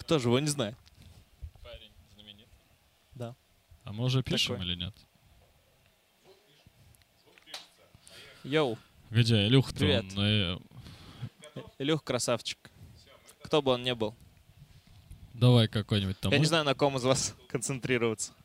Кто же его не знает? Парень знаменитый. Да. А мы уже пишем Такой. или нет? Йоу, Где Илюха-то? Привет. Он, Илюх красавчик. Кто бы он ни был. давай какой-нибудь там. Я не знаю, на ком из вас концентрироваться.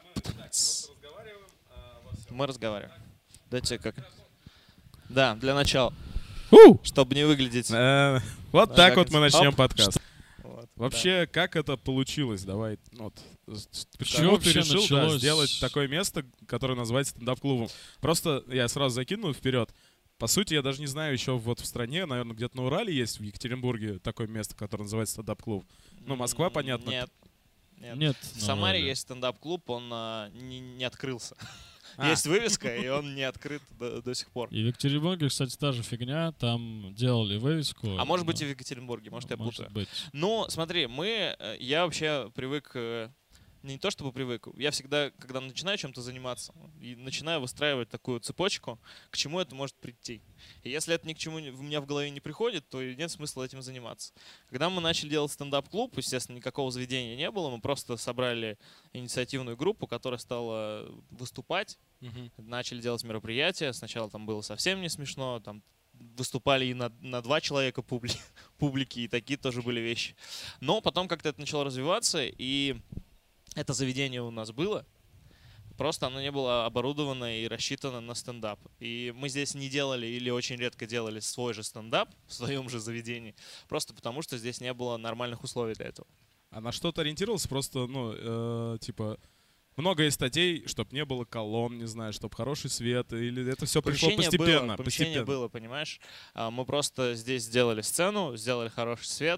Мы разговариваем. Дайте как... Да, для начала. Чтобы не выглядеть... Вот так вот мы начнем Оп. подкаст. Вот, Вообще, как это получилось? Давай, вот. Чего Почему ты вообще решил началось? сделать такое место, которое называется стендап-клубом? Просто я сразу закину вперед. По сути, я даже не знаю, еще вот в стране, наверное, где-то на Урале есть, в Екатеринбурге, такое место, которое называется стендап-клуб. Ну, Москва, понятно. Нет. Нет. В Самаре вроде. есть стендап-клуб, он не открылся. А. Есть вывеска, и он не открыт до сих пор. И в Екатеринбурге, кстати, та же фигня. Там делали вывеску. А может быть и в Екатеринбурге, может я Может путаю. быть. Ну, смотри, я вообще привык, не то чтобы привык, я всегда, когда начинаю чем-то заниматься, и начинаю выстраивать такую цепочку, к чему это может прийти. И если это ни к чему у меня в голове не приходит, то нет смысла этим заниматься. Когда мы начали делать стендап-клуб, естественно, никакого заведения не было, мы просто собрали инициативную группу, которая стала выступать, начали делать мероприятия. Сначала там было совсем не смешно, там выступали и на 2 человека публики, и такие тоже были вещи. Но потом как-то это начало развиваться, и это заведение у нас было, просто оно не было оборудовано и рассчитано на стендап. И мы здесь не делали или очень редко делали свой же стендап в своем же заведении, просто потому что здесь не было нормальных условий для этого. А на что ты ориентировался? Просто, ну, типа, много есть статей, чтобы не было колонн, не знаю, чтобы хороший свет, или это все пришло постепенно? Помещение было, понимаешь? Мы просто здесь сделали сцену, сделали хороший свет,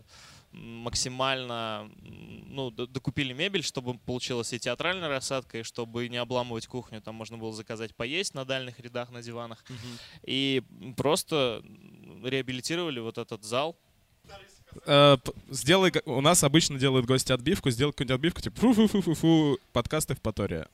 максимально докупили мебель, чтобы получилась и театральная рассадка, и чтобы не обламывать кухню, там можно было заказать поесть на дальних рядах, на диванах. И просто реабилитировали вот этот зал. Сделай, у нас обычно делают гости отбивку, сделай какую-нибудь отбивку, типа фу-фу-фу-фу-фу, подкасты в Паторе.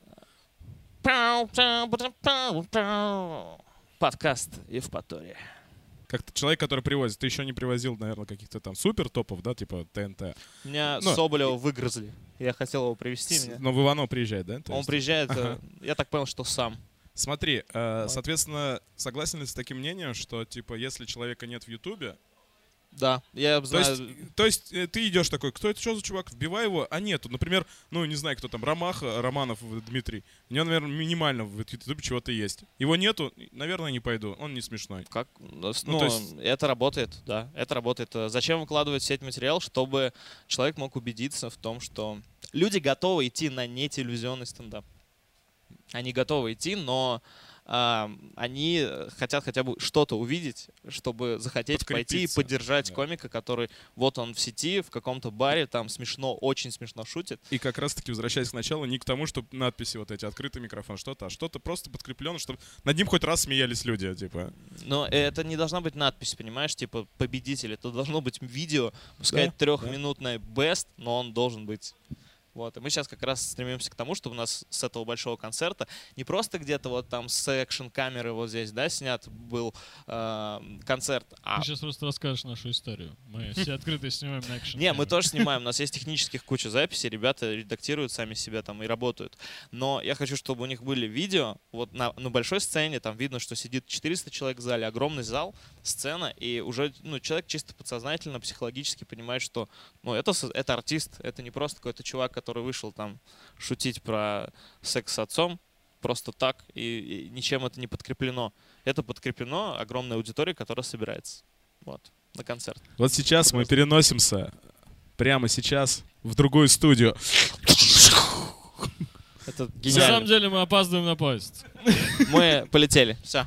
Подкаст Евпатория. Как-то человек, который привозит, ты еще не привозил, наверное, каких-то там супер топов, да, типа ТНТ. Меня Соболева выгрызли. Я хотел его привезти. Но в Иваново приезжает, да? Он приезжает, я так понял, что сам. Смотри, соответственно, согласен ли ты с таким мнением, что, типа, если человека нет в Ютубе, да, я знаю. То есть ты идешь такой, кто это, что за чувак, вбивай его, а нету. Например, ну, не знаю, кто там, Романов Дмитрий. У него, наверное, минимально в Ютубе чего-то есть. Его нету, наверное, не пойду, он не смешной. Как? Это работает, да, это работает. Зачем выкладывать в сеть материал, чтобы человек мог убедиться в том, что люди готовы идти на нетелевизионный стендап. Они готовы идти, но они хотят хотя бы что-то увидеть, чтобы захотеть пойти и поддержать комика, который вот он в сети, в каком-то баре, там смешно, очень смешно шутит. И как раз-таки, возвращаясь к началу, не к тому, чтобы надписи вот эти, открытый микрофон, что-то, а что-то просто подкреплено, чтобы над ним хоть раз смеялись люди, типа. Но это не должна быть надпись, понимаешь, типа победитель. Это должно быть видео, пускай 3-минутное best, но он должен быть. Вот. И мы сейчас как раз стремимся к тому, чтобы у нас с этого большого концерта не просто где-то вот там с экшн-камеры вот здесь, да, снят был концерт. Ты сейчас просто расскажешь нашу историю. Мы все открытые снимаем на экшн. Не, мы тоже снимаем. У нас есть технических куча записей, ребята редактируют сами себя там и работают. Но я хочу, чтобы у них были видео. Вот на большой сцене там видно, что сидит 400 человек в зале, огромный зал, сцена, и уже человек чисто подсознательно, психологически понимает, что это артист, это не просто какой-то чувак, который вышел там шутить про секс с отцом просто так, и ничем это не подкреплено. Это подкреплено огромной аудиторией, которая собирается на концерт. Вот сейчас мы переносимся прямо сейчас в другую студию. Это На гениально. самом деле мы опаздываем на поезд. Мы полетели. Все.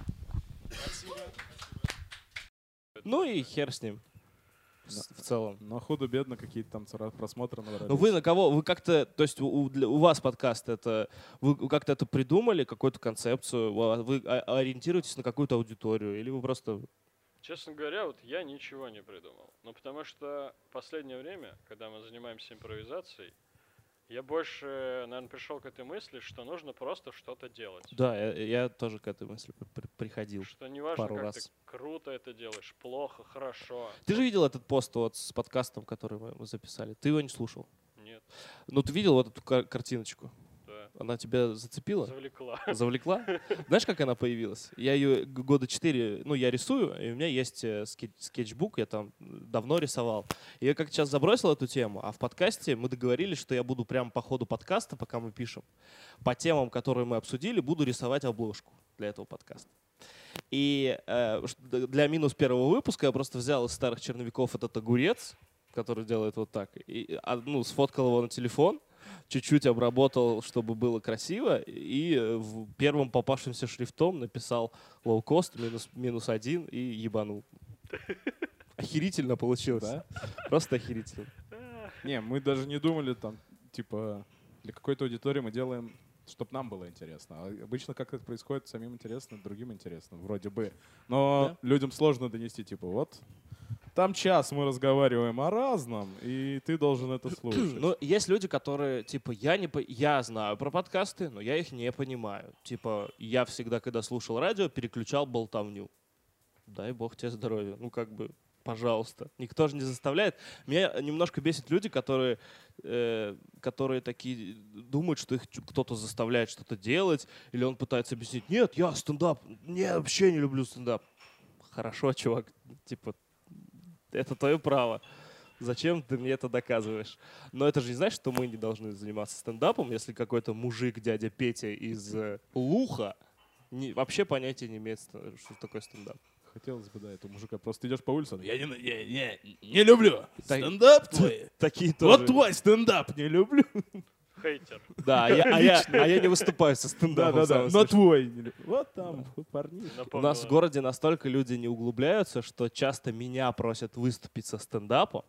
Ну и хер с ним. В целом. Но худо-бедно какие-то там просмотры набрали. Но вы на кого? Вы как-то, то есть у вас подкаст это, вы как-то это придумали, какую-то концепцию, вы ориентируетесь на какую-то аудиторию, или вы просто... Честно говоря, вот я ничего не придумал. Ну, потому что в последнее время, когда мы занимаемся импровизацией, Я больше, наверное, пришел к этой мысли, что нужно просто что-то делать. Да, я тоже к этой мысли приходил. Что неважно, пару как раз. ты круто это делаешь, плохо, хорошо. Ты же видел этот пост вот с подкастом, который мы записали? Ты его не слушал? Нет, Ну, ты видел вот эту картиночку? да. Она тебя зацепила? Завлекла. Завлекла? Знаешь, как она появилась? Я ее года 4, ну, я рисую, и у меня есть скетчбук, я там давно рисовал. И я как сейчас забросил эту тему, а в подкасте мы договорились, что я буду прямо по ходу подкаста, пока мы пишем, по темам, которые мы обсудили, буду рисовать обложку для этого подкаста. И для минус первого выпуска я просто взял из старых черновиков этот огурец, который делает вот так, и сфоткал его на телефон, чуть-чуть обработал, чтобы было красиво, и первым попавшимся шрифтом написал лоу-кост -1 и ебанул. Охерительно получилось. Да? Просто охерительно. Не, мы даже не думали там, типа, для какой-то аудитории мы делаем, чтобы нам было интересно. А обычно как это происходит, самим интересно, другим интересно, вроде бы. Но людям сложно донести, типа, вот, там час мы разговариваем о разном, и ты должен это слушать. Ну, есть люди, которые, типа, я знаю про подкасты, но я их не понимаю. Типа, я всегда, когда слушал радио, переключал болтовню. Дай бог тебе здоровья. Ну, как бы, пожалуйста. Никто же не заставляет. Меня немножко бесит люди, которые такие думают, что их кто-то заставляет что-то делать, или он пытается объяснить, нет, я стендап, я вообще не люблю стендап. Хорошо, чувак, типа, это твое право. Зачем ты мне это доказываешь? Но это же не значит, что мы не должны заниматься стендапом, если какой-то мужик, дядя Петя из Луха вообще понятия не имеет, что такое стендап. Хотелось бы, да, этого мужика. Просто идешь по улице, я не люблю стендап твой. Такие тоже. Вот твой стендап не люблю. Хейтер. Да, а я не выступаю со стендапом. Да-да-да, но твой не люблю. Вот там парни. У нас в городе настолько люди не углубляются, что часто меня просят выступить со стендапом.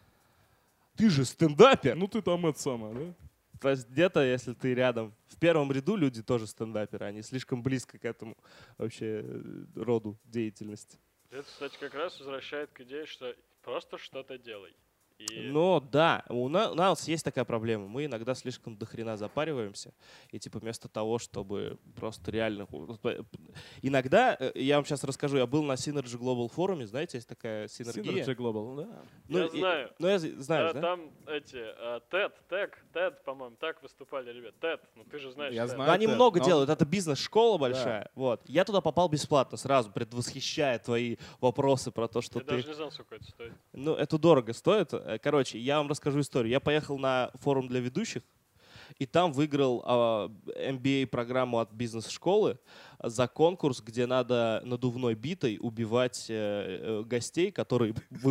Ты же стендапер! Ну ты там это самое, да? То есть где-то, если ты рядом, в первом ряду люди тоже стендаперы, они слишком близко к этому вообще роду деятельности. Это, кстати, как раз возвращает к идее, что просто что-то делай. И Но да, у нас есть такая проблема. Мы иногда слишком дохрена запариваемся. И типа вместо того, чтобы просто реально... Иногда, я вам сейчас расскажу, я был на Synergy Global форуме, знаете, есть такая синергия. Synergy Global, да. Я знаю. Ну, я знаю, да? Там эти TED, по-моему, так выступали ребят. TED, ну ты же знаешь. Я TED. знаю. Но они это, много но- делают, это бизнес-школа большая. Вот. Я туда попал бесплатно сразу, предвосхищая твои вопросы про то, что Я ты... даже не знал, сколько это стоит. Ну, это дорого стоит. Короче, я вам расскажу историю. Я поехал на форум для ведущих, и там выиграл MBA-программу от бизнес-школы за конкурс, где надо надувной битой убивать гостей, которые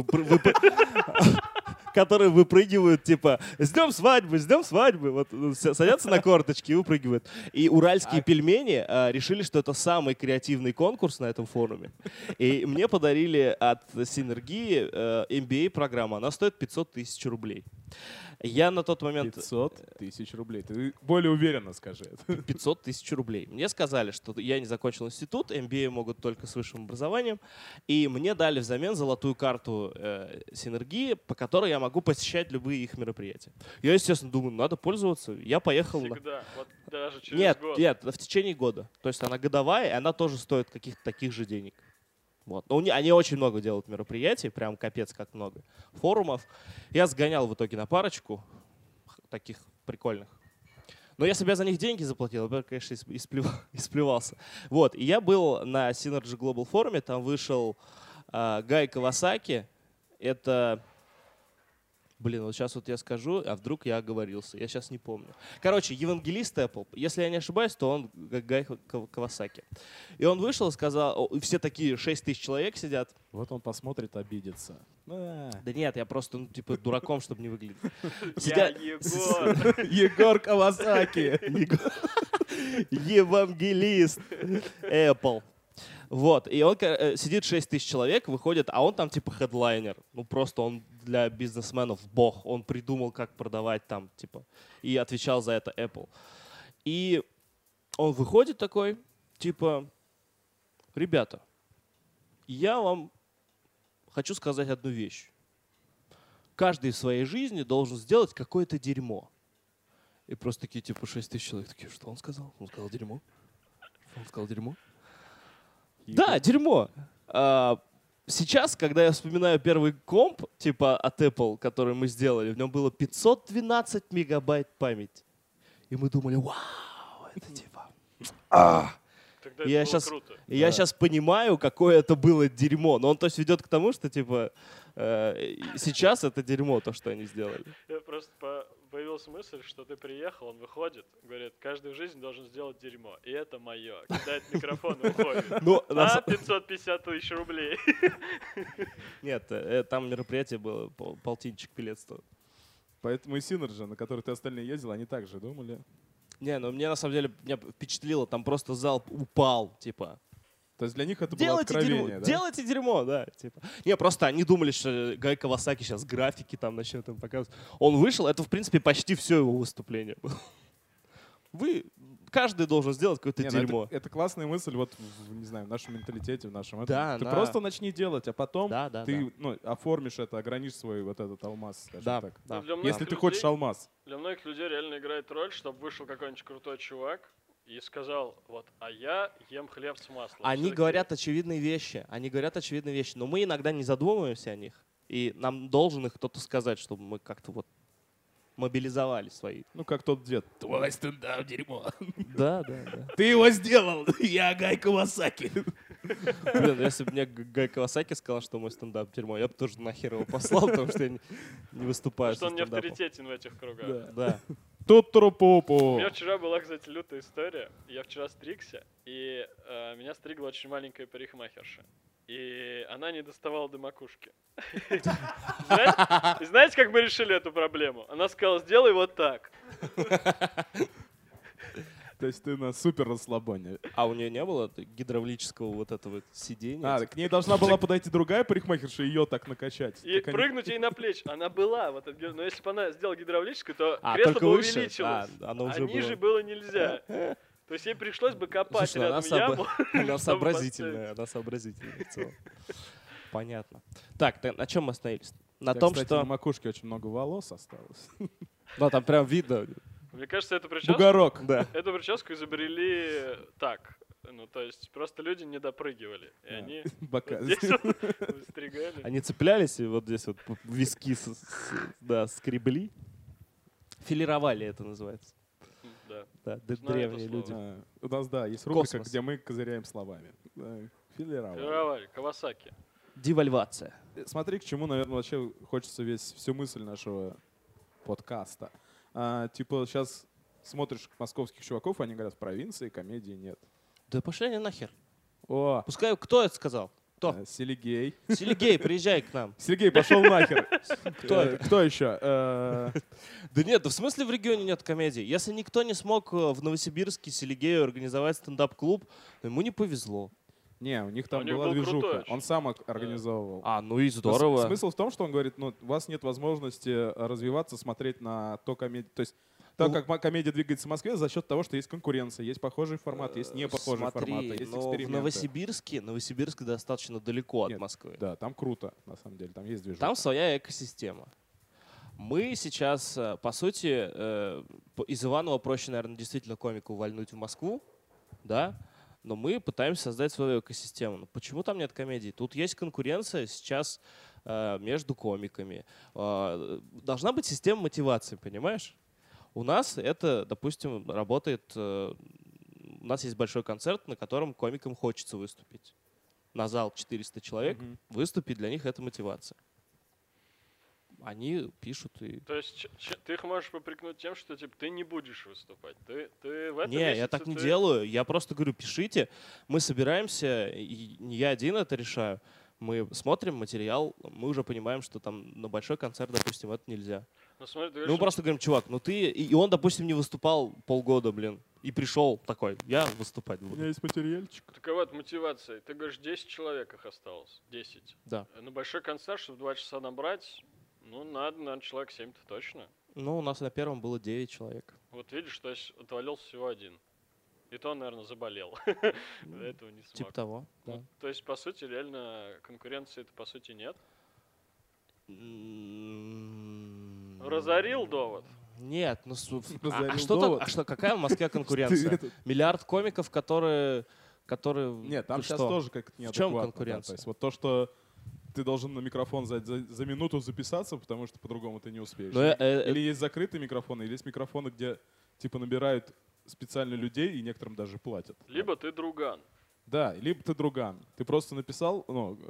которые выпрыгивают, типа, с днем свадьбы. Вот садятся на корточки и выпрыгивают. И уральские пельмени решили, что это самый креативный конкурс на этом форуме. И мне подарили от Синергии MBA-программу. Она стоит 500 тысяч рублей. Я на тот момент... 500 тысяч рублей. Ты более уверенно скажи это. 500 тысяч рублей. Мне сказали, что я не закончил институт, MBA могут только с высшим образованием, и мне дали взамен золотую карту Синергии, по которой я могу посещать любые их мероприятия. Я, естественно, думаю, надо пользоваться. Я поехал... Всегда. Вот даже через Нет, год. нет, в течение года. То есть она годовая, и она тоже стоит каких-то таких же денег. Вот. Но они очень много делают мероприятий, прям капец как много. Форумов. Я сгонял в итоге на парочку таких прикольных. Но если бы я за них деньги заплатил, я бы, конечно, исплевался. Вот. И я был на Synergy Global форуме, там вышел Гай Кавасаки. Это... Блин, вот сейчас вот я скажу, а вдруг я оговорился. Я сейчас не помню. Короче, евангелист Apple. Если я не ошибаюсь, то он Гай Кавасаки. И он вышел и сказал, и все такие 6 тысяч человек сидят. Вот он посмотрит, обидится. Да нет, я просто, типа, дураком, чтобы не выглядеть. Я Егор. Егор Кавасаки. Евангелист Apple. Вот, и он сидит 6 тысяч человек, выходит, а он там типа хедлайнер. Ну просто он для бизнесменов бог. Он придумал, как продавать там, типа, и отвечал за это Apple. И он выходит такой, типа, ребята, я вам хочу сказать одну вещь. Каждый в своей жизни должен сделать какое-то дерьмо. И просто такие, типа, 6 тысяч человек такие, что он сказал? Он сказал дерьмо. Он сказал дерьмо. Да, дерьмо. Сейчас, когда я вспоминаю первый комп, типа от Apple, который мы сделали, в нем было 512 мегабайт памяти. И мы думали, вау, это типа... Тогда Я это было щас- круто. И я сейчас понимаю, какое это было дерьмо. Но он то есть ведет к тому, что типа сейчас это дерьмо, то, что они сделали. Я просто появилась мысль, что ты приехал, он выходит, говорит, каждый в жизни должен сделать дерьмо. И это мое. Кидает микрофон и уходит. Ну, 550 тысяч рублей. нет, там мероприятие было полтинчик билет стоит. Поэтому и Synergy, на который ты остальные ездил, они также думали. Не, ну мне на самом деле меня впечатлило, там просто зал упал, типа. То есть для них это было Делайте откровение, дерьмо, да? делайте дерьмо, да, типа. Не, просто они думали, что Гай Кавасаки сейчас графики там начнет им показывать. Он вышел, это в принципе почти все его выступление было. Каждый должен сделать какое-то Не, ну дерьмо. это классная мысль, вот, не знаю, в нашем менталитете, в нашем этом. Да, Ты да. просто начни делать, а потом Да, да, ты оформишь это, огранишь свой вот этот алмаз, скажем да. так. Да. Для Если многих ты людей- хочешь алмаз. Для многих людей реально играет роль, чтобы вышел какой-нибудь крутой чувак и сказал, вот, а я ем хлеб с маслом. Они Всё-таки говорят очевидные вещи, но мы иногда не задумываемся о них, и нам должен их кто-то сказать, чтобы мы как-то вот мобилизовали свои. Ну, как тот дед. Твой стендап дерьмо. Да, да, да. Ты его сделал, я Гай Кавасаки. Блин, если бы мне Гай Кавасаки сказал, что мой стендап дерьмо, я бы тоже нахер его послал, потому что я не выступаю Потому что со он не стендапом. авторитетен в этих кругах. Да, да. У Тот-тропопо. меня вчера была, кстати, лютая история. Я вчера стригся, и меня стригла очень маленькая парикмахерша. И она не доставала до макушки. Знаете, как мы решили эту проблему? Она сказала, сделай вот так. То есть ты на супер расслабоне. А у нее не было гидравлического вот этого сидения? А, к ней должна была подойти другая парикмахерша и ее так накачать. И Так они- прыгнуть ей на плечи. Она была. Но если бы она сделала гидравлическую, то А, кресло только бы выше? увеличилось. А, оно уже А ниже было. было нельзя. То есть ей пришлось бы копать Слушай, рядом яму. она чтобы сообразительная, она сообразительная в целом. Понятно. Так, на чем мы остановились? На У тебя, том, кстати, что... на макушке очень много волос осталось. Да, там прям видно. Мне кажется, эту прическу, Бугорок. Да. эту прическу изобрели так. Ну, то есть просто люди не допрыгивали. И А, они Бока. вот здесь вот стригали. Они цеплялись и вот здесь вот виски да, скребли. Филировали это называется. Да. Да, Знаю это древние слово. люди. У нас, да, есть рубрика, Космос. где мы козыряем словами. Да, филировали. Филировали. Кавасаки. Девальвация. Смотри, к чему, наверное, вообще хочется всю мысль нашего подкаста. Типа сейчас смотришь московских чуваков, они говорят, в провинции комедии нет. Да пошли они нахер. О, Пускай, кто это сказал? Кто? Селигей. Сергей, приезжай к нам. Сергей, пошел нахер. Кто это? Кто еще? Да нет, да в смысле в регионе нет комедии? Если никто не смог в Новосибирске Селигею организовать стендап-клуб, ему не повезло. Не, у них там У них была был крутой движуха. очень. Он сам организовывал. А, ну и здорово. Смысл в том, что он говорит, ну, у вас нет возможности развиваться, смотреть на то комедию. То есть так Ну, как комедия двигается в Москве за счет того, что есть конкуренция, есть похожий формат, есть не похожий Смотри, формат, есть но в эксперименты. Новосибирск достаточно далеко от Нет, Москвы. Да, там круто, на самом деле, там есть движуха. Там своя экосистема. Мы сейчас, по сути, из Иванова проще, наверное, действительно комика увольнуть в Москву, да, но мы пытаемся создать свою экосистему. Но почему там нет комедий? Тут есть конкуренция сейчас между комиками. Должна быть система мотивации, понимаешь? У нас это, допустим, работает... У нас есть большой концерт, на котором комикам хочется выступить. На зал 400 человек. Мгм. Выступить для них — это мотивация. Они пишут и... То есть ты их можешь попрекнуть тем, что типа ты не будешь выступать. Ты в этом Не, я месяце так не ты- делаю. Я просто говорю, пишите. Мы собираемся, и не я один это решаю. Мы смотрим материал, мы уже понимаем, что там на большой концерт, допустим, это нельзя. Ну, смотри, ты Ну, мы говоришь, просто говорим, чувак, ну ты... И он, допустим, не выступал полгода, блин, и пришел такой, я выступать У меня буду. есть материальчик. такова вот мотивация. Ты говоришь, 10 человек их осталось. 10. Да. На большой концерт, чтобы 2 часа набрать, ну, надо человек 7-то точно. Ну, у нас на первом было 9 человек. Вот видишь, то есть отвалился всего один. И то он, наверное, заболел. До этого не смог. Типа того, да. Ну, то есть, по сути, реально конкуренции-то, по сути, нет. М, Разорил довод. Нет, ну Разорил что довод. какая в Москве Ты конкуренция? это- Миллиард комиков, которые Нет, там ну сейчас что? тоже как-то В чем неадекватно. Да. конкуренция? То есть вот то, что ты должен на микрофон за минуту записаться, потому что по-другому ты не успеешь. Ну, Или есть закрытые микрофоны, или есть микрофоны, где типа набирают специально людей и некоторым даже платят. Либо ты друган. Да, либо ты друган. Ты просто написал,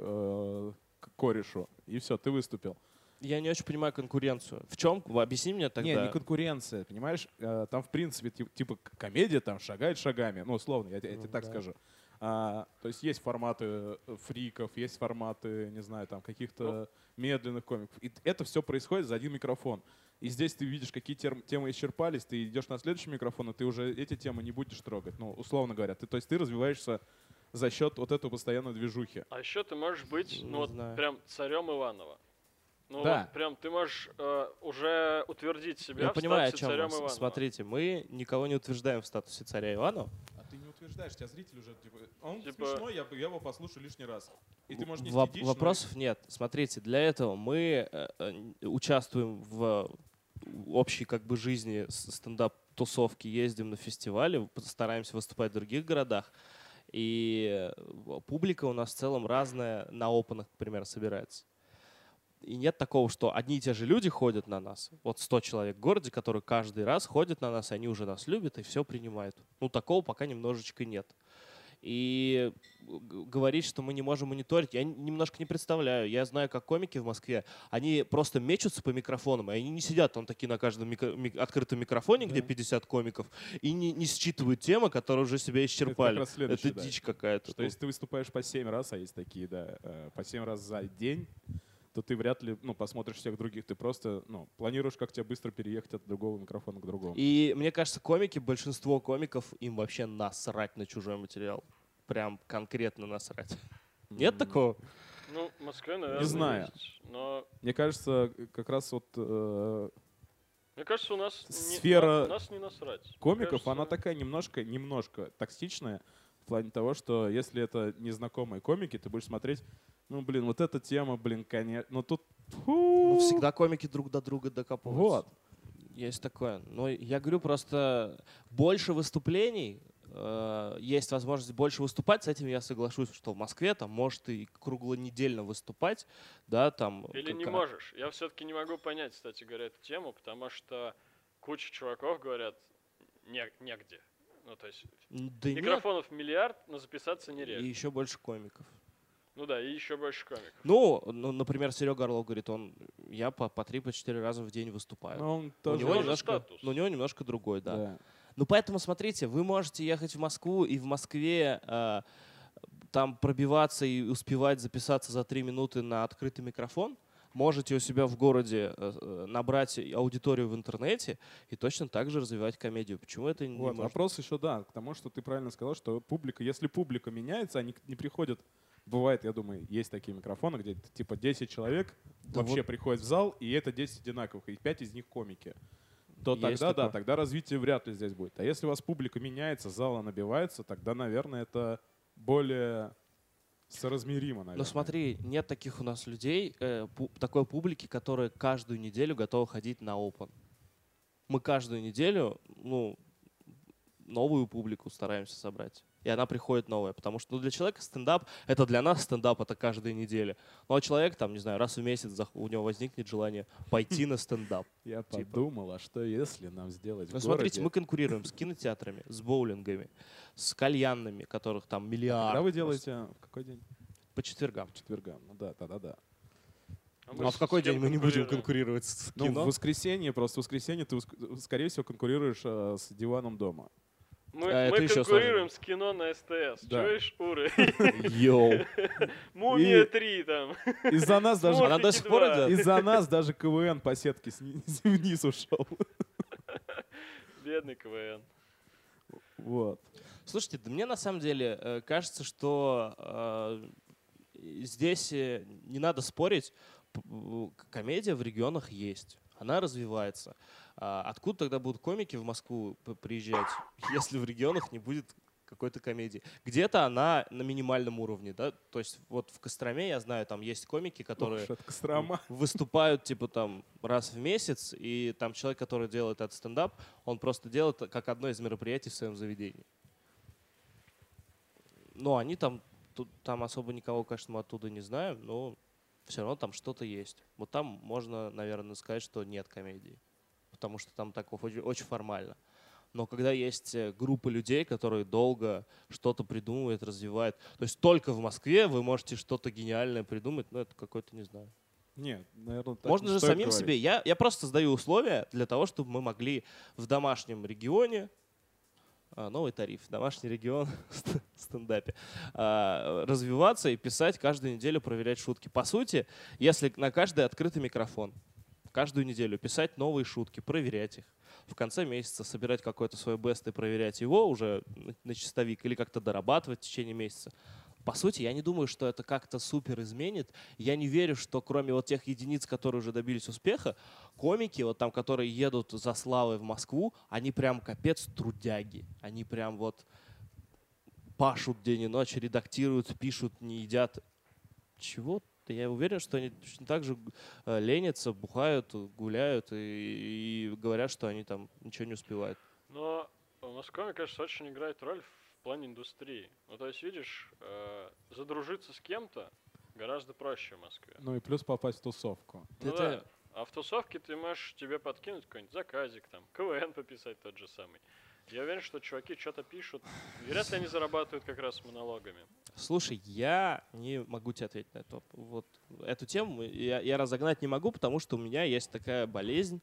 к корешу, и все, ты выступил. Я не очень понимаю конкуренцию. В чем? Объясни мне тогда. Не конкуренция, понимаешь? Там, в принципе, типа комедия там шагает шагами. Ну, условно, я тебе так да. скажу. То есть есть форматы фриков, есть форматы, не знаю, там каких-то медленных комиков. И это все происходит за один микрофон. И здесь ты видишь, какие темы исчерпались, ты идешь на следующий микрофон, и ты уже эти темы не будешь трогать. Ну, условно говоря. То есть ты развиваешься за счет вот этой постоянной движухи. А еще ты можешь быть, Не ну вот знаю. прям царем Иванова. Ну Да. вот прям ты можешь уже утвердить себя Я в понимаю, о статусе чем царем вас. Иванова. Смотрите, мы никого не утверждаем в статусе царя Иванова. А ты не утверждаешь, тебя зритель уже, он Типа- смешной, я его послушаю лишний раз. И ты можешь не Вопросов нет. Смотрите, для этого мы участвуем в общей как бы жизни стендап-тусовки, ездим на фестивали, стараемся выступать в других городах. И публика у нас в целом разная на опенах, например, собирается. И нет такого, что одни и те же люди ходят на нас. Вот 100 человек в городе, которые каждый раз ходят на нас, они уже нас любят и все принимают. Ну, такого пока немножечко нет. И говорить, что мы не можем мониторить, я немножко не представляю. Я знаю, как комики в Москве, они просто мечутся по микрофонам, и они не сидят там такие на каждом открытом микрофоне, где 50 комиков, и не считывают темы, которые уже себя исчерпали. раз следующее, Это да. дичь какая-то. Что если ты выступаешь по 7 раз, а есть такие, да, по 7 раз за день, то ты вряд ли посмотришь всех других. Ты просто планируешь, как тебе быстро переехать от другого микрофона к другому. И мне кажется, комики, большинство комиков, им вообще насрать на чужой материал. Прям конкретно насрать. Нет такого? Ну, в Москве, наверное, знаю. есть. Но Мне кажется, как раз вот мне кажется, у нас Сфера у нас не насрать. Мне комиков, кажется, она такая немножко токсичная, в плане того, что если это незнакомые комики, ты будешь смотреть, вот эта тема, конечно, тут... Ну, всегда комики друг до друга докапываются. Вот. Есть такое. Но я говорю, просто больше выступлений, есть возможность больше выступать, с этим я соглашусь, что в Москве там может и круглонедельно выступать, да, там... Или не можешь. Я все-таки не могу понять, кстати говоря, эту тему, потому что куча чуваков говорят негде. Ну, то есть Да нет, микрофонов миллиард, но записаться и нереально. еще больше комиков. Ну да, и еще больше комиков. Ну, например, Серега Орлов говорит, я по 3-4 раза в день выступаю. Но он У тоже... него тоже немножко, статус. но у него немножко другой, да. Да. Ну, поэтому, смотрите, вы можете ехать в Москву и в Москве там пробиваться и успевать записаться за 3 минуты на открытый микрофон. Можете у себя в городе набрать аудиторию в интернете и точно так же развивать комедию. Почему это не Вот, может? вопрос еще, да, к тому, что ты правильно сказал, что если публика меняется, они не приходят. Бывает, я думаю, есть такие микрофоны, где типа 10 человек Да вообще вот. приходят в зал, и это 10 одинаковых, и 5 из них комики. То Есть тогда, такое. тогда развитие вряд ли здесь будет. А если у вас публика меняется, зала набивается, тогда, наверное, это более соразмеримо, наверное. Но смотри, нет таких у нас людей, такой публики, которая каждую неделю готова ходить на open. Мы каждую неделю, новую публику стараемся собрать. И она приходит новая. Потому что для человека стендап, это для нас стендап, это каждая неделя. Ну а человек, там, не знаю, раз в месяц у него возникнет желание пойти на стендап. Я типа. подумал, а что если нам сделать Ну в смотрите, городе? мы конкурируем с кинотеатрами, с боулингами, с кальянными, которых там миллиард. Когда вы просто. делаете... В какой день? По четвергам. По четвергам. Ну да. мы А в какой с кем день мы не будем конкурируем? конкурировать с Ну, кино? в воскресенье ты, скорее всего, конкурируешь с диваном дома. Мы это еще конкурируем с кино на СТС. Да. Чуешь, Уры? Йоу. Мумия 3 там. Из-за нас даже... Она до сих пор Смурфики идет? Из-за нас даже КВН по сетке вниз ушел. Бедный КВН. Вот. Слушайте, да мне на самом деле кажется, что здесь не надо спорить. Комедия в регионах есть. Она развивается. Откуда тогда будут комики в Москву приезжать, если в регионах не будет какой-то комедии. Где-то она на минимальном уровне, да, то есть вот в Костроме, я знаю, там есть комики, которые Ох, это Кострома. выступают типа там раз в месяц, и там человек, который делает этот стендап, он просто делает как одно из мероприятий в своем заведении. Но они там особо никого, конечно, мы оттуда не знаем, но все равно там что-то есть. Вот там можно, наверное, сказать, что нет комедии, потому что там так очень, очень формально. Но когда есть группа людей, которые долго что-то придумывают, развивают, то есть только в Москве вы можете что-то гениальное придумать, это какой-то, не знаю. Нет, наверное, так Можно не же стоит самим говорить. себе. Я просто создаю условия для того, чтобы мы могли в домашнем регионе, новый тариф, домашний регион в стендапе, развиваться и писать каждую неделю, проверять шутки. По сути, если на каждый открытый микрофон, каждую неделю писать новые шутки, проверять их, в конце месяца собирать какой-то свой бест и проверять его уже на чистовик или как-то дорабатывать в течение месяца. По сути, я не думаю, что это как-то супер изменит. Я не верю, что кроме вот тех единиц, которые уже добились успеха, комики, вот там, которые едут за славой в Москву, они прям капец трудяги. Они прям вот пашут день и ночь, редактируют, пишут, не едят. Чего? Я уверен, что они точно так же ленятся, бухают, гуляют и говорят, что они там ничего не успевают. Но в Москве, мне кажется, очень играет роль в плане индустрии. Ну, то есть, видишь, задружиться с кем-то гораздо проще в Москве. Ну и плюс попасть в тусовку. Ну Это- да. А в тусовке ты можешь тебе подкинуть какой-нибудь заказик, там, КВН пописать тот же самый. Я уверен, что чуваки что-то пишут. Вряд ли они зарабатывают как раз монологами. Слушай, я не могу тебе ответить на это. Вот эту тему я разогнать не могу, потому что у меня есть такая болезнь.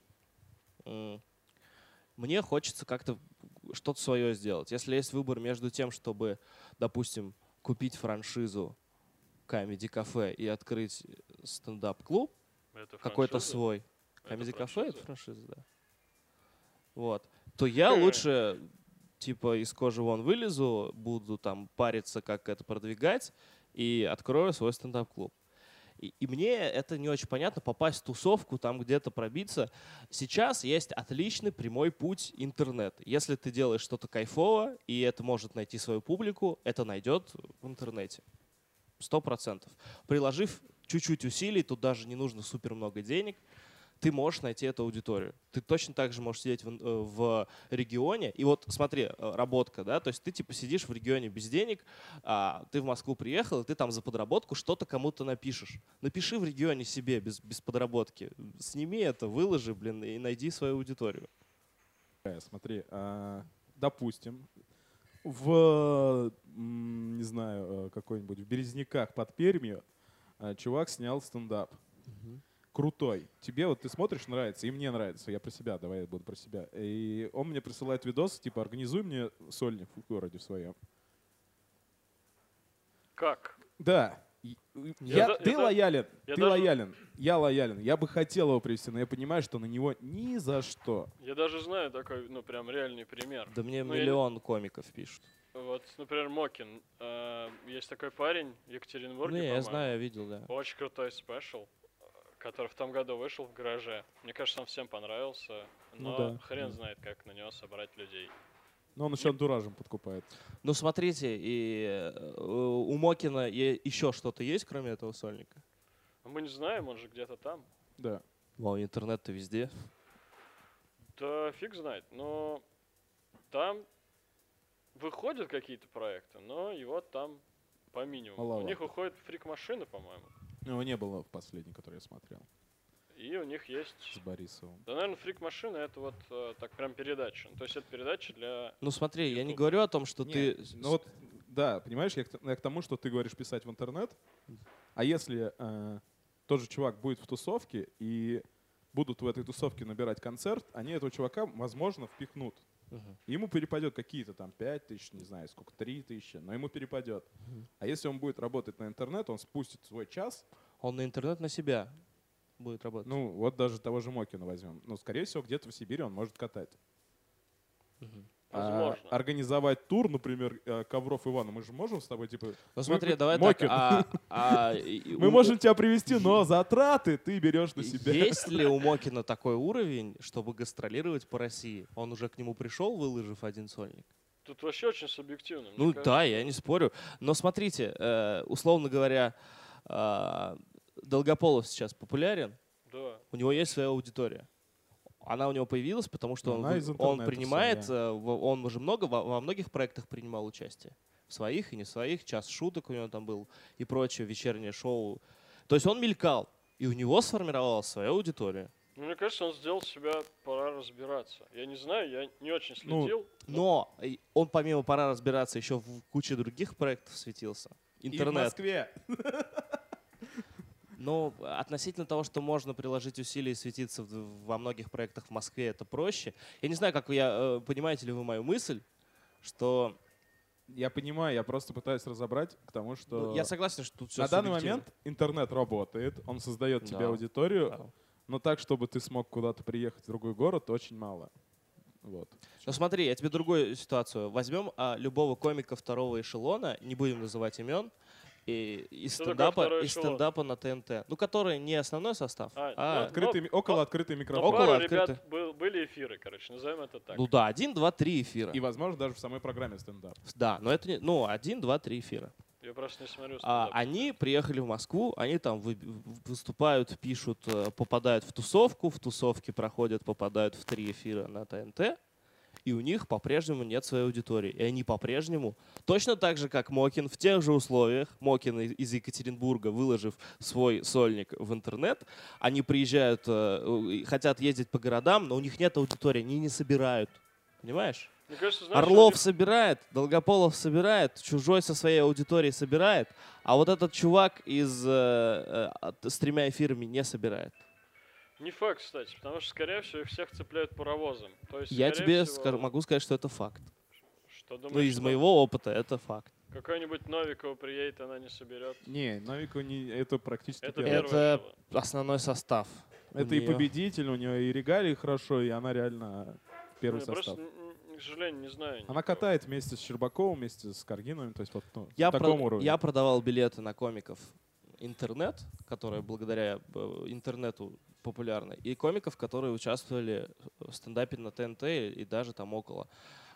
Мне хочется как-то что-то свое сделать. Если есть выбор между тем, чтобы, допустим, купить франшизу Comedy Cafe и открыть стендап-клуб, Это какой-то франшиза? свой. Это Comedy Cafe — это франшиза? франшиза, да. Вот. То я лучше типа из кожи вон вылезу, буду там париться, как это продвигать, и открою свой стендап-клуб. И мне это не очень понятно, попасть в тусовку, там где-то пробиться. Сейчас есть отличный прямой путь — интернет. Если ты делаешь что-то кайфово, и это может найти свою публику, это найдет в интернете. 100%. Приложив чуть-чуть усилий, тут даже не нужно супер много денег, ты можешь найти эту аудиторию. Ты точно так же можешь сидеть в регионе. И вот смотри, работка, да, то есть ты типа сидишь в регионе без денег, ты в Москву приехал, и ты там за подработку что-то кому-то напишешь. Напиши в регионе себе без подработки. Сними это, выложи, блин, и найди свою аудиторию. Смотри, допустим, не знаю, какой-нибудь в Березняках под Пермью чувак снял стендап. Крутой. Тебе вот ты смотришь, нравится, и мне нравится. Я про себя, давай я буду про себя. И он мне присылает видос, типа, организуй мне сольник в городе в своем. Как? Да. Ты лоялен, я ты даже- лоялен, я лоялен. Я бы хотел его привести, но я понимаю, что на него ни за что. Я даже знаю такой, ну, прям реальный пример. Да мне Ну, я не- миллион комиков пишут. Вот, например, Мокин. Есть такой парень в Екатеринбурге, Ну, я по-моему. знаю, я видел, да. Очень крутой спешл, который в том году вышел в гараже. Мне кажется, он всем понравился, Ну но да, хрен да. знает, как на него собрать людей. Но он еще антуражем подкупает. Ну, смотрите, и у Мокина еще что-то есть, кроме этого сольника? А мы не знаем, он же где-то там. Да. Вау, интернет-то везде. Да фиг знает, но там выходят какие-то проекты, но его там по минимуму. У Маловато. них уходит фрик-машина, по-моему, Его не было в последнем, который я смотрел и у них есть... с Борисовым. Да, наверное, фрик-машина — это вот так прям передача. Ну, то есть это передача для... Ну, смотри, я не YouTube. говорю о том, что Не, ты... Ну вот, да, понимаешь, я к тому, что ты говоришь писать в интернет, а если тот же чувак будет в тусовке и будут в этой тусовке набирать концерт, они этого чувака, возможно, впихнут. Мгм. Ему перепадет какие-то там 5 тысяч, не знаю, сколько, 3 тысячи, но ему перепадет. А если он будет работать на интернет, он спустит свой час, Он на интернет на себя будет работать. ну вот даже того же Мокина возьмем. Ну, скорее всего, где-то в Сибири он может катать. Мгм. Возможно. Организовать тур, например, Ковров Ивана, мы же можем с тобой, типа... Ну, смотри, мы- давай Мокин, так. мы можем тебя привести, но затраты ты берешь на себя. Есть ли у Мокина такой уровень, чтобы гастролировать по России? Он уже к нему пришел, выложив один сольник? Тут вообще очень субъективно. мне Ну кажется. да, я не спорю. Но смотрите, условно говоря, Долгополов сейчас популярен, Да. у него есть своя аудитория. Она у него появилась, потому что Она из он интернета принимает, вся, он уже во многих проектах принимал участие. В своих и не своих, час шуток у него там был и прочее, вечернее шоу. То есть он мелькал, и у него сформировалась своя аудитория. Ну, мне кажется, он сделал себя, пора разбираться. Я не знаю, я не очень Ну, следил. Но он помимо «Пора разбираться» еще в куче других проектов светился. И в Интернет. Москве. Но относительно того, что можно приложить усилия и светиться во многих проектах в Москве, это проще. Я не знаю, как понимаете ли вы мою мысль, что Я понимаю, я просто пытаюсь разобрать к тому, что я согласен, что тут все на данный момент интернет работает, он создает тебе Да. аудиторию, Да. но так, чтобы ты смог куда-то приехать в другой город, очень мало. Вот. Ну смотри, я тебе другую ситуацию. Возьмем любого комика второго эшелона, не будем называть имен, из Что такое второй из эшелон? стендапа на ТНТ. Ну, который не основной состав, А, Около открытый Но микрофон. Около пару открыто. ребят были эфиры, короче, назовем это так. ну да, 1, 2, 3 эфира. И, возможно, даже в самой программе стендап. Да, но это не, ну, 1, 2, 3 эфира. Я просто не смотрю. Они приехали в Москву, они там выступают, пишут, попадают в тусовке проходят, попадают в 3 эфира на ТНТ, и у них по-прежнему нет своей аудитории. И они по-прежнему, точно так же, как Мокин, в тех же условиях, Мокин из Екатеринбурга, выложив свой сольник в интернет, они приезжают, хотят ездить по городам, но у них нет аудитории, они не собирают. Понимаешь? Мне кажется, знаешь, Орлов собирает, Долгополов собирает, Чужой со своей аудиторией собирает, а вот этот чувак с 3 эфирами не собирает. не факт, кстати, потому что, скорее всего, их всех цепляют паровозом. То есть, Я скорее тебе всего, могу сказать, что это факт. Что думаешь, Ну, из что моего опыта это факт. какой-нибудь Новикова приедет, она не соберет. Не, Новику это практически Это первое. первое. Это эшелон. основной состав. Это у и неё. победитель, у нее и регалии хорошо, и она реально первый Я состав. просто, к сожалению, не знаю. Она никого. катает вместе с Щербаковым, вместе с Каргиновым, то есть вот Я, на таком уровне. я продавал билеты на комиков интернет, которые благодаря интернету популярны, и комиков, которые участвовали в стендапе на ТНТ и даже там около.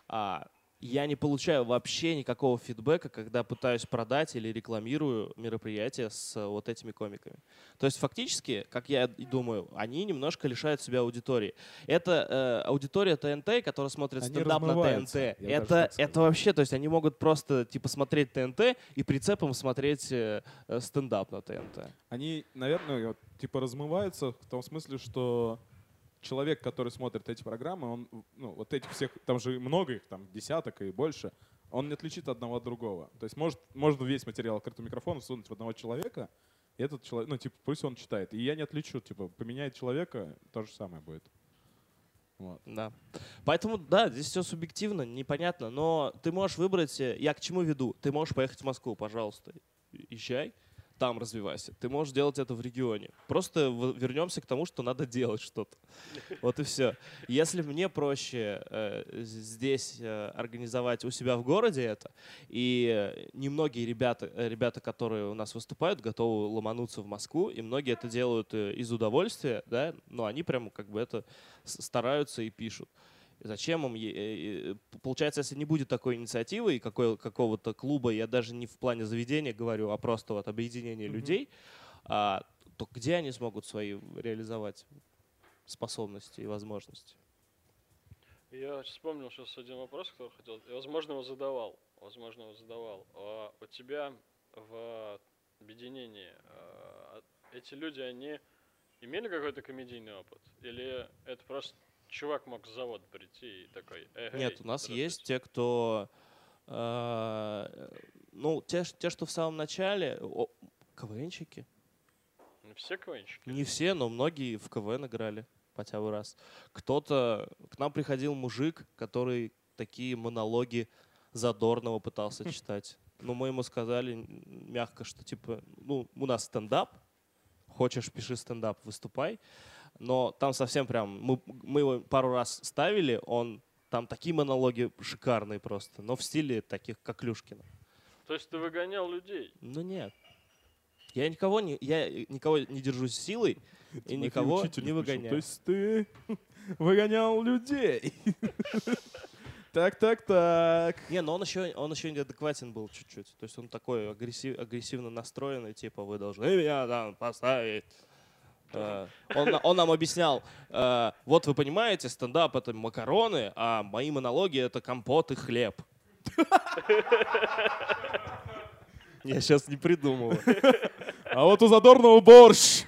Я не получаю вообще никакого фидбэка, когда пытаюсь продать или рекламирую мероприятие с вот этими комиками. То есть фактически, как я и думаю, они немножко лишают себя аудитории. Это аудитория ТНТ, которая смотрит Они стендап на размываются, ТНТ. я даже так скажу. Это вообще, то есть они могут просто типа смотреть ТНТ и прицепом смотреть стендап на ТНТ. Они, наверное, вот, типа размываются в том смысле, что человек, который смотрит эти программы, он, ну, вот этих всех, там же много их, там десяток и больше, он не отличит одного от другого. То есть можно весь материал открытого микрофона всунуть в одного человека, и этот человек, ну, типа, пусть он читает. И я не отличу, типа, поменяет человека, то же самое будет. Вот. Да. Поэтому, да, здесь все субъективно, непонятно, но ты можешь выбрать, я к чему веду, ты можешь поехать в Москву, пожалуйста, езжай, там развивайся. Ты можешь делать это в регионе. Просто вернемся к тому, что надо делать что-то. Вот и все. Если мне проще здесь организовать у себя в городе это, и немногие ребята, которые у нас выступают, готовы ломануться в Москву, и многие это делают из удовольствия, да, но они прямо как бы это стараются и пишут. Зачем им? Получается, если не будет такой инициативы и какого-то клуба, я даже не в плане заведения говорю, а просто вот объединения людей, то где они смогут свои реализовать способности и возможности? Я вспомнил сейчас один вопрос, который хотел. Я, возможно, его задавал. У тебя в объединении эти люди, они имели какой-то комедийный опыт? Или это просто чувак мог с завода прийти и такой: Нет, у нас есть те, кто... ну, те, что в самом начале, КВНщики. Ну, все КВНщики? Не все, но многие в КВН играли хотя бы раз. Кто-то... К нам приходил мужик, который такие монологи Задорнова пытался читать. Но мы ему сказали мягко, что типа, ну, у нас стендап, хочешь, пиши стендап, выступай. Но там совсем прям... Мы его пару раз ставили, там такие монологи шикарные просто, но в стиле таких, как Люшкина. То есть ты выгонял людей? Ну нет. Я никого не держу силой и никого не выгоняю. То есть ты выгонял людей? Так. Не, но он еще неадекватен был чуть-чуть. То есть он такой агрессивно настроенный, типа, вы должны меня там поставить. Он нам объяснял, вот вы понимаете, стендап — это макароны, а мои монологи — это компот и хлеб. Я сейчас не придумываю. А вот у Задорнова борщ.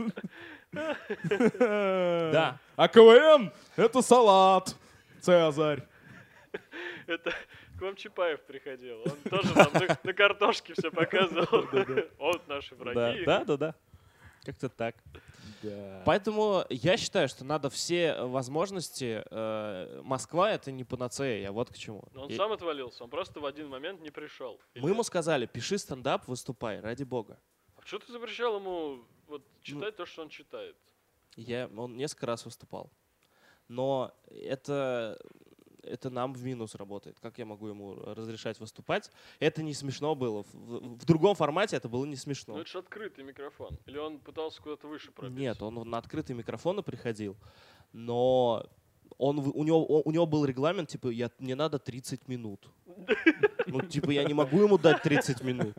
Да. А КВН — это салат. Цезарь. Это к вам Чапаев приходил. Он тоже нам на картошке все показывал. Вот наши враги. Да. Как-то так. Да. Поэтому я считаю, что надо все возможности. Москва — это не панацея, я вот к чему. Но он сам отвалился, он просто в один момент не пришел. Мы ему сказали, пиши стендап, выступай, ради бога. А что ты запрещал ему вот читать то, что он читает? Он несколько раз выступал. Но это нам в минус работает. Как я могу ему разрешать выступать? Это не смешно было. В другом формате это было не смешно. Ну это же открытый микрофон. Или он пытался куда-то выше пробиться? Нет, он на открытые микрофоны приходил, но у него был регламент, типа, мне надо 30 минут. Ну, типа, я не могу ему дать 30 минут.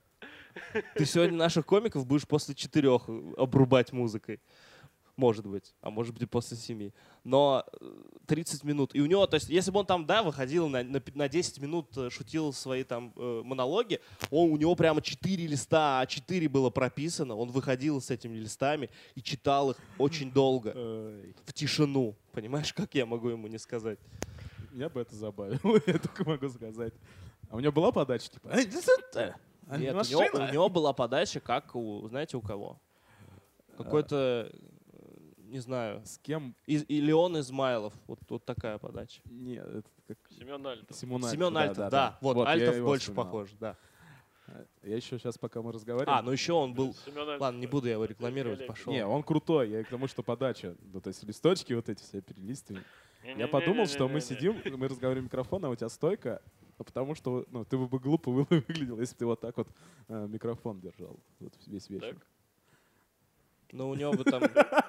Ты сегодня наших комиков будешь после 4 обрубать музыкой. Может быть, а может быть и после 7. Но 30 минут. И у него, то есть, если бы он там, выходил на 10 минут, шутил свои там монологи, у него прямо 4 листа, А4 было прописано. Он выходил с этими листами и читал их очень долго. В тишину. Понимаешь, как я могу ему не сказать? Меня бы это забавило, я только могу сказать. А у него была подача, типа, Нет, у него была подача, как знаете, у кого? Какой-то, не знаю, с кем? Леон Измайлов. Вот такая подача. Нет, это как... Семен Альтов. Семен Альтов, да. Вот, Альтов больше похож, да. Я еще сейчас, пока мы разговариваем... Ну еще он был... Альтов, Ладно, не буду я его рекламировать, пошел. Не, он крутой, я к тому, что подача. Ну, то есть листочки вот эти все перелистывают. Я подумал, что мы сидим, мы разговариваем в микрофон, а у тебя стойка, потому что ты бы глупо выглядел, если бы ты вот так вот микрофон держал весь вечер. Так? Ну, у него бы там...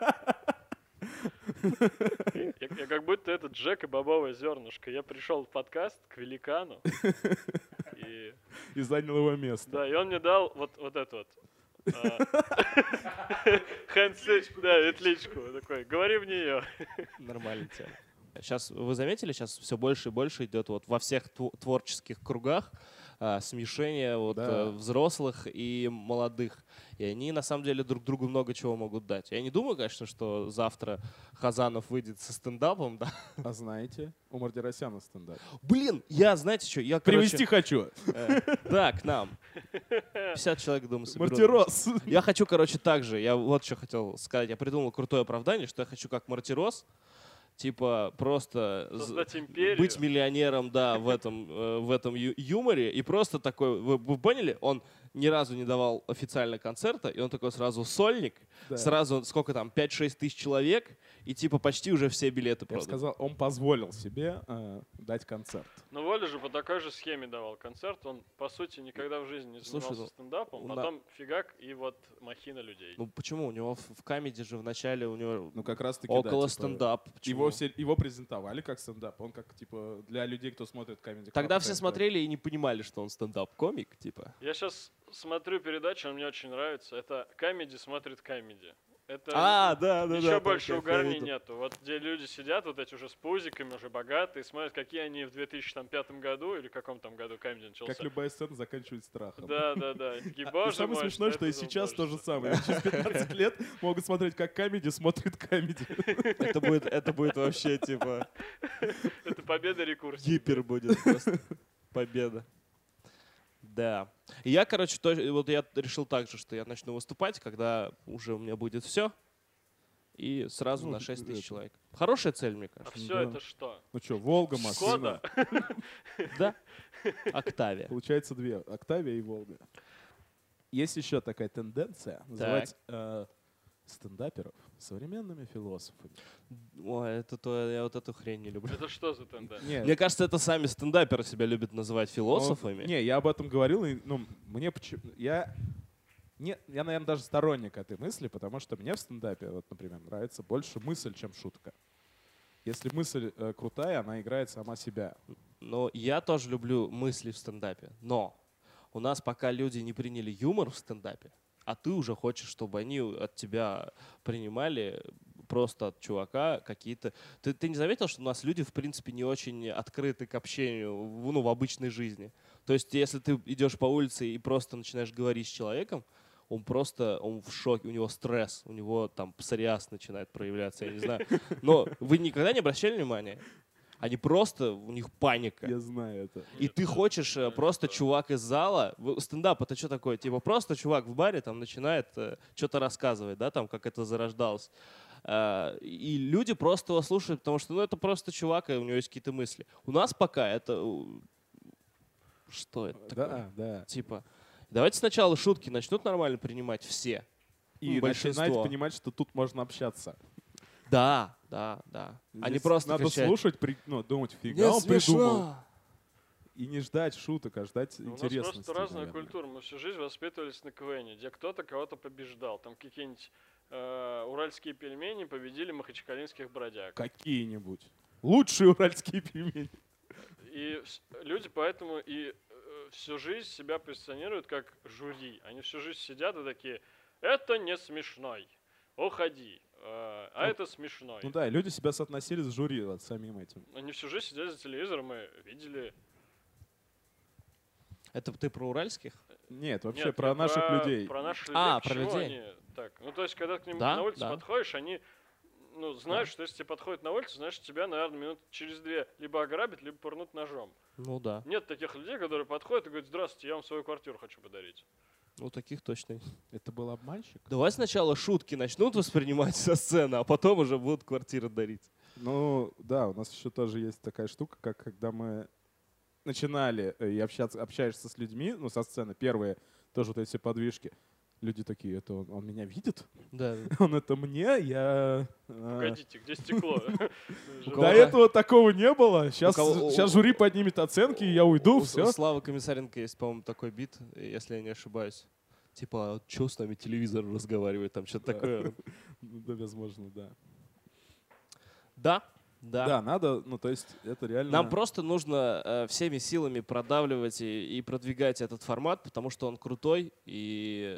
Я как будто этот Джек и бобовое зернышко. Я пришел в подкаст к великану. И занял его место. Да, и он мне дал вот это вот. Да, петличку. Такой, говори в нее. Нормальная тема. Сейчас, вы заметили, сейчас все больше и больше идет вот во всех творческих кругах смешение взрослых и молодых. И они на самом деле друг другу много чего могут дать. Я не думаю, конечно, что завтра Хазанов выйдет со стендапом, да. А знаете, у Мартиросяна стендап. Блин, знаете что? Привезти хочу. Да, к нам. 50 человек, думаю, соберу. Мартирос. Я хочу, также, я вот что хотел сказать. Я придумал крутое оправдание, что я хочу как Мартирос, типа просто быть миллионером, да, в этом юморе. И просто такой, вы поняли, он ни разу не давал официально концерта, и он такой сразу сольник, да. Сразу, сколько там, 5-6 тысяч человек, и типа почти уже все билеты проданы. Я сказал, он позволил себе дать концерт. Ну, Воля же по такой же схеме давал концерт. Он, по сути, никогда в жизни не занимался стендапом. Потом фигак, и вот махина людей. Ну, почему? У него в камеди же вначале у него как раз таки, около стендап. Его презентовали как стендап. Он как, типа, для людей, кто смотрит камеди. Тогда все смотрели и не понимали, что он стендап-комик, типа. Я сейчас смотрю передачу, она мне очень нравится. Это «Камеди смотрит камеди». Это да. Еще больше угарней нету. Вот где люди сидят, вот эти уже с пузиками, уже богатые, смотрят, какие они в 2005 году или в каком там году камеди начался. Как любая сцена заканчивается страхом. Да. Такие, боже и самое смешное, что и сейчас то же самое. Через 15 лет могут смотреть, как камеди смотрит камеди. Это будет вообще типа... Это победа рекурсии. Гипер будет просто. Победа. Да. И я, вот я решил так же, что я начну выступать, когда уже у меня будет все, и сразу на 6 тысяч человек. Хорошая цель, мне кажется. А все это что? Ну что, Волга, машина. Да. Октавия. Получается 2. Октавия и Волга. Есть еще такая тенденция называть стендаперов современными философами. Ой, я вот эту хрень не люблю. Это что за тенденция? Мне кажется, это сами стендаперы себя любят называть философами. Я об этом говорил, я, наверное, даже сторонник этой мысли, потому что мне в стендапе, вот, например, нравится больше мысль, чем шутка. Если мысль крутая, она играет сама себя. Но я тоже люблю мысли в стендапе. Но у нас пока люди не приняли юмор в стендапе, а ты уже хочешь, чтобы они от тебя принимали просто от чувака какие-то... Ты не заметил, что у нас люди, в принципе, не очень открыты к общению в обычной жизни? То есть если ты идешь по улице и просто начинаешь говорить с человеком, он в шоке, у него стресс, у него там псориаз начинает проявляться, я не знаю. Но вы никогда не обращали внимания? Они просто, у них паника. Я знаю это. И ты хочешь просто чувак из зала, стендап это что такое? Типа просто чувак в баре там начинает что-то рассказывать, да, там как это зарождалось. И люди просто его слушают, потому что, это просто чувак, и у него есть какие-то мысли. У нас пока это... Что это такое? Да. Типа, давайте сначала шутки начнут нормально принимать все. И большинство. начинать понимать, что тут можно общаться. Да. Они Здесь просто надо кричать, слушать, думать, фига «Не он смешно!» придумал. И не ждать шуток, а ждать У нас интересности. просто разная наверное. культура. Мы всю жизнь воспитывались на КВНе, где кто-то кого-то побеждал. Там какие-нибудь уральские пельмени победили махачкалинских бродяг. Какие-нибудь. Лучшие уральские пельмени. И люди поэтому всю жизнь себя позиционируют как жюри. Они всю жизнь сидят и такие: это не смешной, уходи, это смешной. Ну да, и люди себя соотносили с жюри самим этим. Они всю жизнь сидели за телевизором и видели... Это ты про уральских? Нет, вообще Нет, про я наших людей. Про наших людей. А, почему про людей. они так? То есть, когда к ним Да, на улице да. подходишь, они знают, что если тебе подходят на улице, значит, тебя, наверное, минут через 2 либо ограбят, либо пырнут ножом. Ну да. Нет таких людей, которые подходят и говорят: здравствуйте, я вам свою квартиру хочу подарить. Ну таких точно нет. Это был обманщик? Давай сначала шутки начнут воспринимать со сцены, а потом уже будут квартиры дарить. Ну да, у нас еще тоже есть такая штука, как когда мы начинали и общаешься с людьми, со сцены, первые тоже вот эти подвижки. Люди такие: это он меня видит? Да. Он это мне? Я... Погодите, где стекло? До этого такого не было. Сейчас кого- жюри поднимет оценки, и я уйду, У все. Славы Комиссаренко есть, по-моему, такой бит, если я не ошибаюсь. Типа, что с нами телевизор разговаривает, там что-то такое. Да, возможно, да. Да. Да, надо, то есть это реально... Нам просто нужно всеми силами продавливать и продвигать этот формат, потому что он крутой, и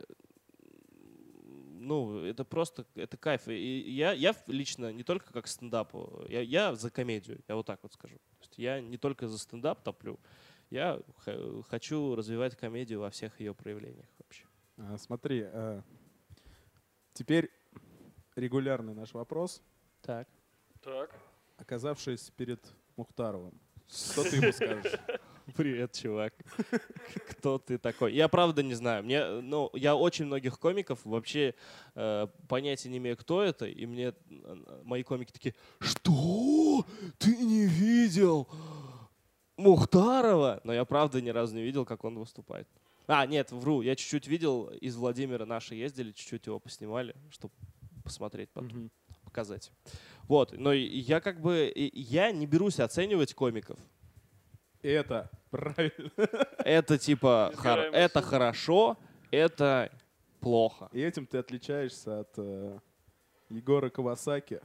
это просто, это кайф. И я лично не только как стендапу, я за комедию, я вот так вот скажу. То есть я не только за стендап топлю, я хочу развивать комедию во всех ее проявлениях вообще. Смотри, теперь регулярный наш вопрос. Так. Так. Оказавшись перед Мухтаровым, что ты ему скажешь? Привет, чувак. Кто ты такой? Я правда не знаю. Я очень многих комиков вообще понятия не имею, кто это. И мне мои комики такие: что? Ты не видел Мухтарова? Но я правда ни разу не видел, как он выступает. Нет, вру. Я чуть-чуть видел, из Владимира наши ездили, чуть-чуть его поснимали, чтобы посмотреть потом, показать. Вот. Но я я не берусь оценивать комиков. Это правильно. Это типа Избираемый это суд. хорошо, это плохо. И этим ты отличаешься от Егора Кавасаки,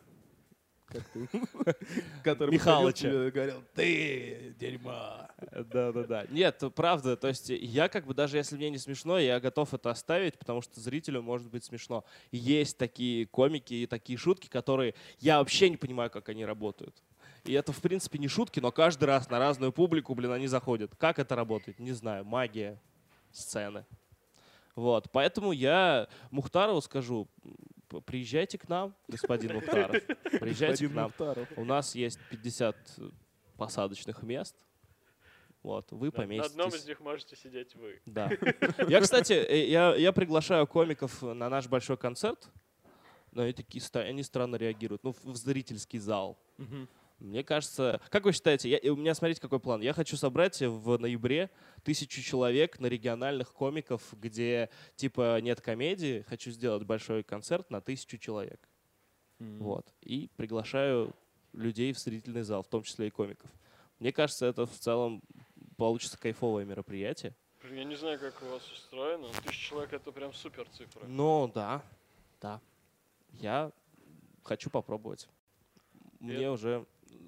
который Михалыча. подходил тебе и говорил: ты дерьмо. Да. Нет, правда, то есть я даже если мне не смешно, я готов это оставить, потому что зрителю может быть смешно. Есть такие комики и такие шутки, которые я вообще не понимаю, как они работают. И это, в принципе, не шутки, но каждый раз на разную публику, они заходят. Как это работает? Не знаю. Магия сцены. Вот. Поэтому я Мухтарову скажу: приезжайте к нам, господин Мухтаров. Приезжайте к нам. У нас есть 50 посадочных мест. Вот, вы На одном из поместитесь. них можете сидеть вы. Да. Я, кстати, я приглашаю комиков на наш большой концерт, но они странно реагируют. В зрительский зал. Мне кажется, как вы считаете, у меня, смотрите, какой план. Я хочу собрать в ноябре 1000 человек на региональных комиков, где типа нет комедии. Хочу сделать большой концерт на 1000 человек. Вот. И приглашаю людей в зрительный зал, в том числе и комиков. Мне кажется, это в целом получится кайфовое мероприятие. Я не знаю, как у вас устроено. 1000 человек — это прям супер цифра. Но да. Я хочу попробовать. Мне уже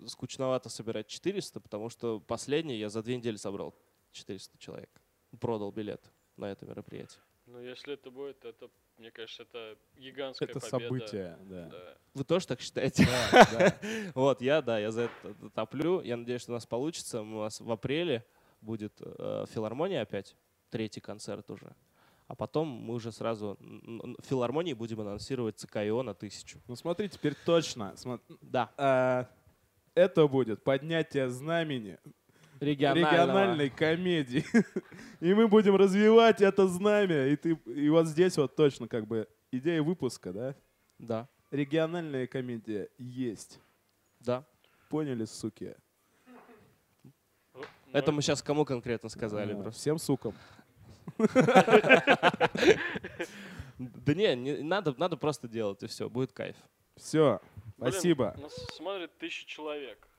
скучновато собирать 400, потому что последний я за 2 недели собрал 400 человек. Продал билет на это мероприятие. Ну, если это будет, это, мне кажется, это гигантская Это победа. событие, да. Да. Вы тоже так считаете? Да, да. Вот, я за это топлю. Я надеюсь, что у нас получится. У нас в апреле будет филармония опять, 3-й концерт уже. А потом мы уже сразу в филармонии будем анонсировать ЦКИО на 1000. Ну смотри, теперь точно. Да. Это будет поднятие знамени региональной комедии. И мы будем развивать это знамя. И вот здесь вот точно как бы идея выпуска, да? Да. Региональная комедия есть. Да. Поняли, суки? Ну, Это мы сейчас кому конкретно сказали? А, Просто? Всем сукам. Да не, надо просто делать, и все, будет кайф. Все, блин, спасибо. Нас смотрит 1000 человек.